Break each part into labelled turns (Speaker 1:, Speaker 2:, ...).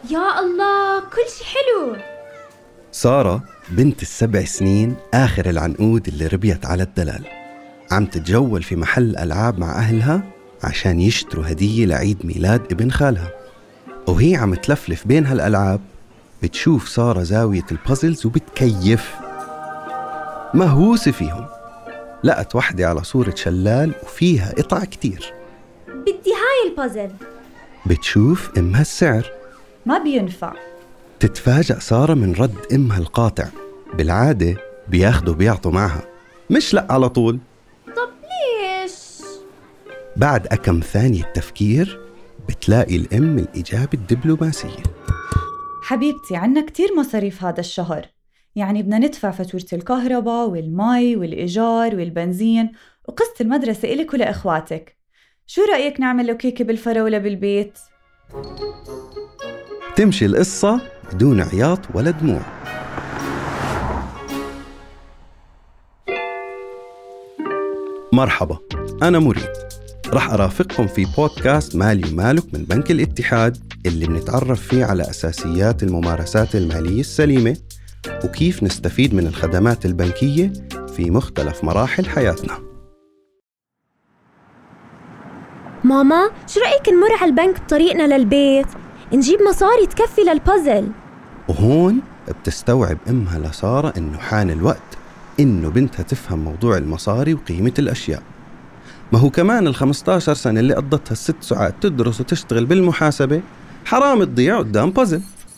Speaker 1: يا الله، كل شي حلو.
Speaker 2: سارة بنت ال7 سنين آخر العنقود اللي ربيت على الدلال، عم تتجول في محل ألعاب مع أهلها عشان يشتروا هدية لعيد ميلاد ابن خالها. وهي عم تلفلف بين هالألعاب بتشوف سارة زاوية البازلز وبتكيف مهووسة فيهم. لقت وحدة على صورة شلال وفيها قطع كتير.
Speaker 1: بدي هاي البازل.
Speaker 2: بتشوف إمها السعر،
Speaker 3: ما بينفع.
Speaker 2: تتفاجأ سارة من رد إمها القاطع. بالعادة بياخدوا بيعطوا معها، مش لأ على طول.
Speaker 1: طب ليش؟
Speaker 2: بعد أكم ثانية تفكير بتلاقي الأم الإجابة الدبلوماسية.
Speaker 3: حبيبتي، عنا كتير مصاريف هذا الشهر، يعني بدنا ندفع فاتورة الكهرباء والمي والإيجار والبنزين وقسط المدرسة إلك ولأخواتك. شو رأيك نعمل له كيكة بالفراولة بالبيت؟
Speaker 2: تمشي القصة بدون عياط ولا دموع. مرحبا، أنا مريد، رح أرافقكم في بودكاست مالي ومالك من بنك الاتحاد، اللي بنتعرف فيه على أساسيات الممارسات المالية السليمة وكيف نستفيد من الخدمات البنكية في مختلف مراحل حياتنا.
Speaker 1: ماما، شو رأيك نمر على البنك بطريقنا للبيت نجيب مصاري تكفي للبازل؟
Speaker 2: وهون بتستوعب أمها لسارة إنه حان الوقت إنه بنتها تفهم موضوع المصاري وقيمة الأشياء. ما هو كمان 15 سنة اللي قضتها 6 ساعات تدرس وتشتغل بالمحاسبة حرام تضيع قدام بازل.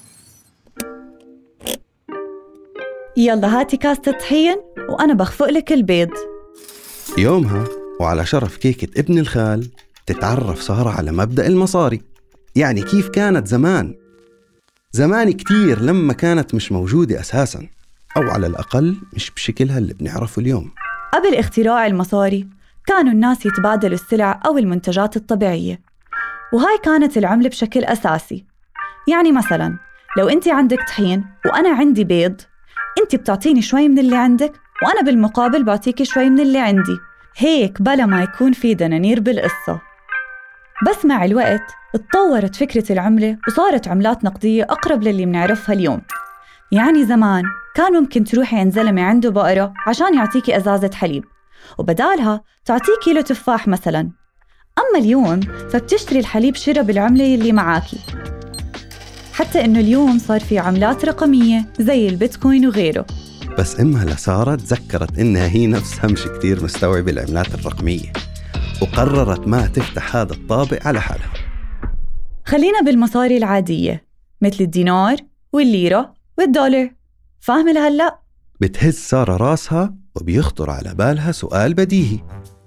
Speaker 3: يلا هاتي كاسة طحين وأنا بخفق لك البيض.
Speaker 2: يومها وعلى شرف كيكة ابن الخال تتعرف سارة على مبدأ المصاري، يعني كيف كانت زمان كتير لما كانت مش موجودة أساساً، أو على الأقل مش بشكلها اللي بنعرفه اليوم.
Speaker 3: قبل اختراع المصاري كانوا الناس يتبادلوا السلع أو المنتجات الطبيعية، وهاي كانت العملة بشكل أساسي. يعني مثلاً لو أنت عندك طحين وأنا عندي بيض، أنت بتعطيني شوي من اللي عندك وأنا بالمقابل بعطيكي شوي من اللي عندي، هيك بلا ما يكون في دنانير بالقصة. بس مع الوقت اتطورت فكرة العملة وصارت عملات نقدية أقرب للي منعرفها اليوم. يعني زمان كان ممكن تروحي عند زلمة عنده بقرة عشان يعطيكي أزازة حليب وبدالها تعطيكي كيلو تفاح مثلاً. أما اليوم فبتشتري الحليب شراء بالعملة اللي معاكي. حتى إنه اليوم صار في عملات رقمية زي البيتكوين وغيره.
Speaker 2: بس إمها لسارة تذكرت إنها هي نفسها مش كتير مستوعبة العملات الرقمية، وقررت ما تفتح هذا الطابق على حالها.
Speaker 3: خلينا بالمصاري العادية مثل الدينار والليرة والدولار. فاهمة لهلأ؟
Speaker 2: بتهز سارة راسها وبيخطر على بالها سؤال بديهي.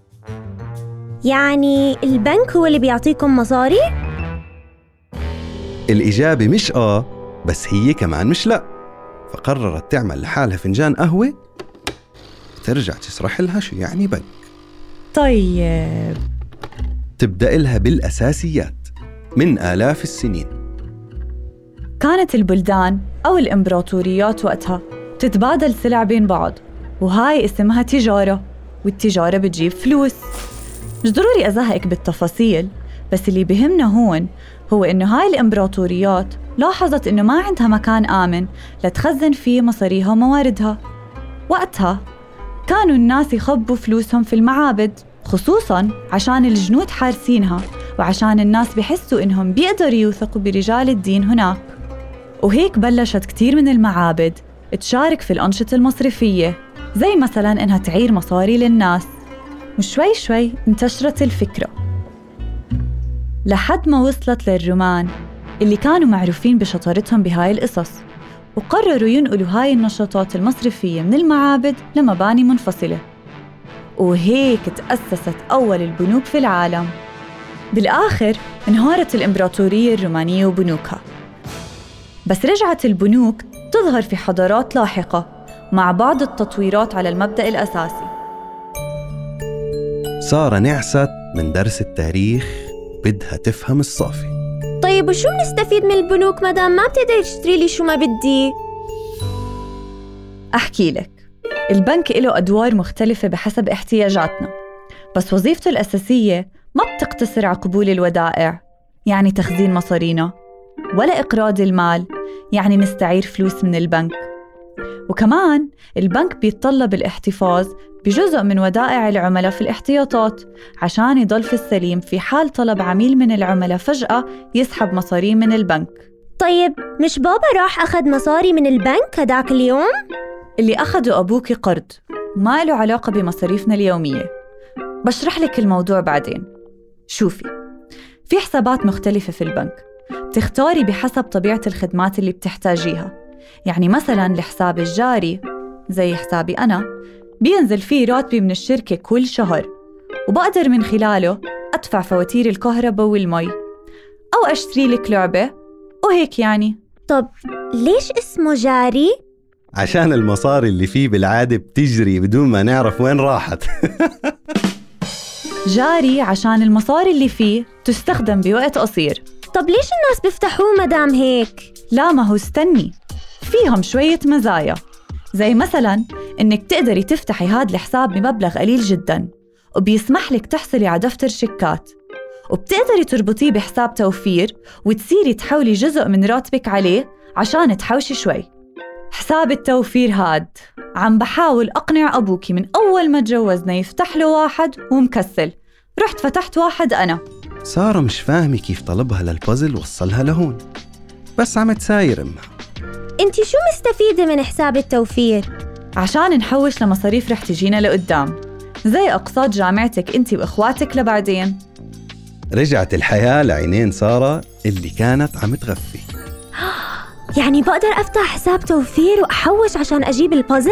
Speaker 1: يعني البنك هو اللي بيعطيكم مصاري؟
Speaker 2: الإجابة مش بس هي كمان مش لا. فقررت تعمل لحالها فنجان قهوة ترجع تشرح لها شو يعني بنك.
Speaker 3: طيب
Speaker 2: تبدأ لها بالأساسيات من آلاف السنين.
Speaker 3: كانت البلدان أو الإمبراطوريات وقتها تتبادل سلع بين بعض، وهاي اسمها تجارة، والتجارة بتجيب فلوس. مش ضروري أزهقك بالتفاصيل، بس اللي بهمنا هون هو إنه هاي الإمبراطوريات لاحظت إنه ما عندها مكان آمن لتخزن فيه مصاريها ومواردها. وقتها كانوا الناس يخبوا فلوسهم في المعابد، خصوصاً عشان الجنود حارسينها وعشان الناس بيحسوا إنهم بيقدروا يوثقوا برجال الدين هناك. وهيك بلشت كتير من المعابد تشارك في الأنشطة المصرفية، زي مثلاً إنها تعير مصاري للناس. وشوي شوي انتشرت الفكرة لحد ما وصلت للرومان اللي كانوا معروفين بشطارتهم بهاي القصص، وقرروا ينقلوا هاي النشاطات المصرفية من المعابد لمباني منفصلة. وهيك تأسست أول البنوك في العالم. بالآخر انهارت الإمبراطورية الرومانية وبنوكها، بس رجعت البنوك تظهر في حضارات لاحقة مع بعض التطويرات على المبدأ الأساسي.
Speaker 2: سارة نعست من درس التاريخ بدها تفهم الصافي.
Speaker 1: طيب وشو بنستفيد من البنوك مدام ما بتقدر تشتري لي شو ما بدي؟
Speaker 3: أحكي لك، البنك له أدوار مختلفة بحسب احتياجاتنا، بس وظيفته الأساسية ما بتقتصر على قبول الودائع، يعني تخزين مصارينا، ولا إقراض المال، يعني نستعير فلوس من البنك. وكمان البنك بيتطلب الاحتفاظ بجزء من ودائع العملاء في الاحتياطات عشان يضل في السليم في حال طلب عميل من العملاء فجأة يسحب مصاري من البنك.
Speaker 1: طيب مش بابا راح أخذ مصاري من البنك هداك اليوم؟
Speaker 3: اللي أخده أبوكي قرض ما له علاقة بمصاريفنا اليومية. بشرح لك الموضوع بعدين. شوفي، في حسابات مختلفة في البنك بتختاري بحسب طبيعة الخدمات اللي بتحتاجيها. يعني مثلاً الحساب الجاري زي حسابي أنا بينزل فيه راتبي من الشركة كل شهر، وبقدر من خلاله أدفع فواتير الكهرباء والمي أو أشتري لك لعبة وهيك يعني.
Speaker 1: طب ليش اسمه جاري؟
Speaker 2: عشان المصاري اللي فيه بالعادة بتجري بدون ما نعرف وين راحت.
Speaker 3: جاري عشان المصاري اللي فيه تستخدم بوقت قصير.
Speaker 1: طب ليش الناس بيفتحوه مدام هيك؟
Speaker 3: لا، ما هو استني، فيهم شوية مزايا، زي مثلاً إنك تقدري تفتحي هاد الحساب بمبلغ قليل جداً، وبيسمح لك تحصلي على دفتر شيكات، وبتقدري تربطيه بحساب توفير وتصيري تحولي جزء من راتبك عليه عشان تحوشي شوي. حساب التوفير هاد عم بحاول أقنع أبوكي من أول ما تجوزنا يفتح له واحد ومكسل، رحت فتحت واحد أنا.
Speaker 2: سارة مش فاهمة كيف طلبها للبازل وصلها لهون، بس عم تساير أمها.
Speaker 1: انتي شو مستفيدة من حساب التوفير؟
Speaker 3: عشان نحوش لمصاريف رح تجينا لقدام، زي أقساط جامعتك انتي وإخواتك لبعدين.
Speaker 2: رجعت الحياة لعينين سارة اللي كانت عم تغفي.
Speaker 1: يعني بقدر أفتح حساب توفير وأحوش عشان أجيب البازل؟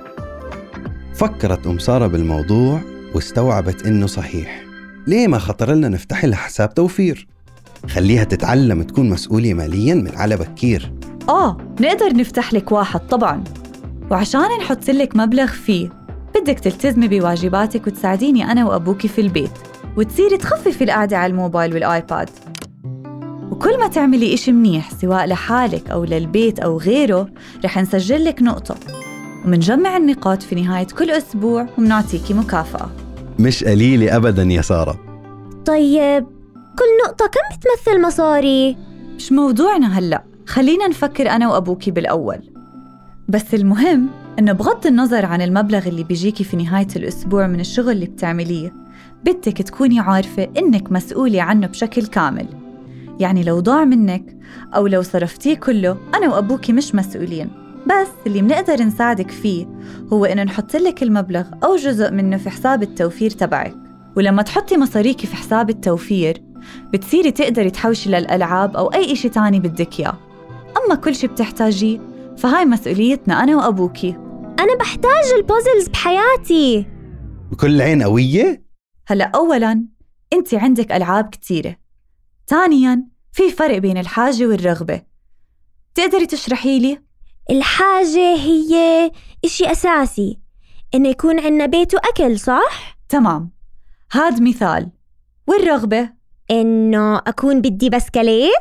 Speaker 2: فكرت سارة بالموضوع واستوعبت إنه صحيح. ليه ما خطر لنا نفتح لها حساب توفير؟ خليها تتعلم تكون مسؤولة مالياً من على بكير.
Speaker 3: نقدر نفتح لك واحد طبعاً، وعشان نحط لك مبلغ فيه بدك تلتزمي بواجباتك وتساعديني أنا وأبوكي في البيت، وتصيري تخففي القعدة على الموبايل والآيباد. وكل ما تعملي إشي منيح سواء لحالك أو للبيت أو غيره رح نسجل لك نقطة، ومنجمع النقاط في نهاية كل أسبوع ومنعطيكي مكافأة.
Speaker 2: مش قليلة أبداً يا سارة.
Speaker 1: طيب كل نقطة كم بتمثل مصاري؟
Speaker 3: مش موضوعنا هلأ، خلينا نفكر أنا وأبوكي بالأول. بس المهم إنه بغض النظر عن المبلغ اللي بيجيكي في نهاية الأسبوع من الشغل اللي بتعمليه، بدك تكوني عارفة إنك مسؤولة عنه بشكل كامل. يعني لو ضاع منك أو لو صرفتيه كله أنا وأبوكي مش مسؤولين، بس اللي بنقدر نساعدك فيه هو إنه نحط لك المبلغ أو جزء منه في حساب التوفير تبعك. ولما تحطي مصاريكي في حساب التوفير بتصيري تقدري تحوشي للألعاب أو أي إشي تاني بدك إياه. أما كل شي بتحتاجيه فهاي مسؤوليتنا أنا وأبوكي.
Speaker 1: أنا بحتاج البازلز بحياتي.
Speaker 2: بكل عين قوية؟
Speaker 3: هلأ أولاً أنت عندك ألعاب كتيرة، ثانياً في فرق بين الحاجة والرغبة. تقدري تشرحي لي؟
Speaker 1: الحاجة هي إشي أساسي، إنه يكون عنا بيت وأكل، صح؟
Speaker 3: تمام، هاد مثال. والرغبة؟
Speaker 1: إنه أكون بدي بسكليت.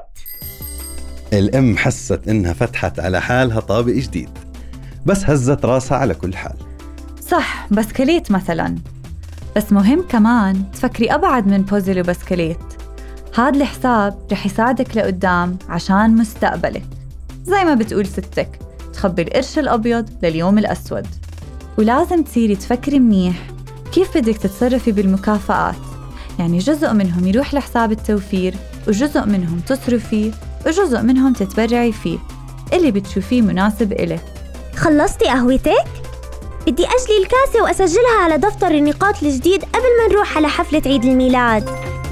Speaker 2: الأم حست إنها فتحت على حالها طابق جديد، بس هزت راسها على كل حال.
Speaker 3: صح، بسكليت مثلاً، بس مهم كمان تفكري أبعد من بازل وبسكليت. هاد الحساب رح يساعدك لقدام عشان مستقبلك، زي ما بتقول ستك تخبي القرش الأبيض لليوم الأسود. ولازم تصيري تفكري منيح كيف بدك تتصرفي بالمكافآت، يعني جزء منهم يروح لحساب التوفير وجزء منهم تصرفيه وجزء منهم تتبرعي فيه اللي بتشوفيه مناسب إلك.
Speaker 1: خلصتي قهوتك؟ بدي أجلي الكاسة وأسجلها على دفتر النقاط الجديد قبل ما نروح على حفلة عيد الميلاد.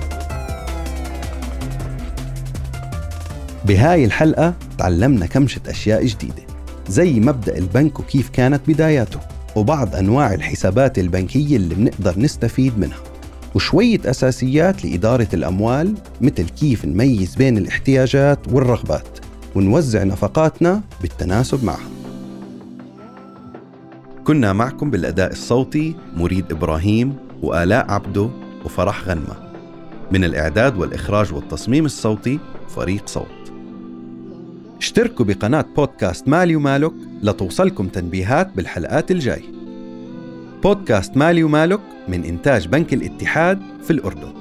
Speaker 2: بهاي الحلقة تعلمنا كمشة أشياء جديدة، زي مبدأ البنك وكيف كانت بداياته، وبعض أنواع الحسابات البنكية اللي بنقدر نستفيد منها، وشوية أساسيات لإدارة الأموال، مثل كيف نميز بين الاحتياجات والرغبات ونوزع نفقاتنا بالتناسب معها. كنا معكم بالأداء الصوتي مريد إبراهيم وآلاء عبدو وفرح غنمة، من الإعداد والإخراج والتصميم الصوتي فريق صوت. اشتركوا بقناة بودكاست مالي ومالك لتوصلكم تنبيهات بالحلقات الجاي. بودكاست مالي ومالك من إنتاج بنك الاتحاد في الأردن.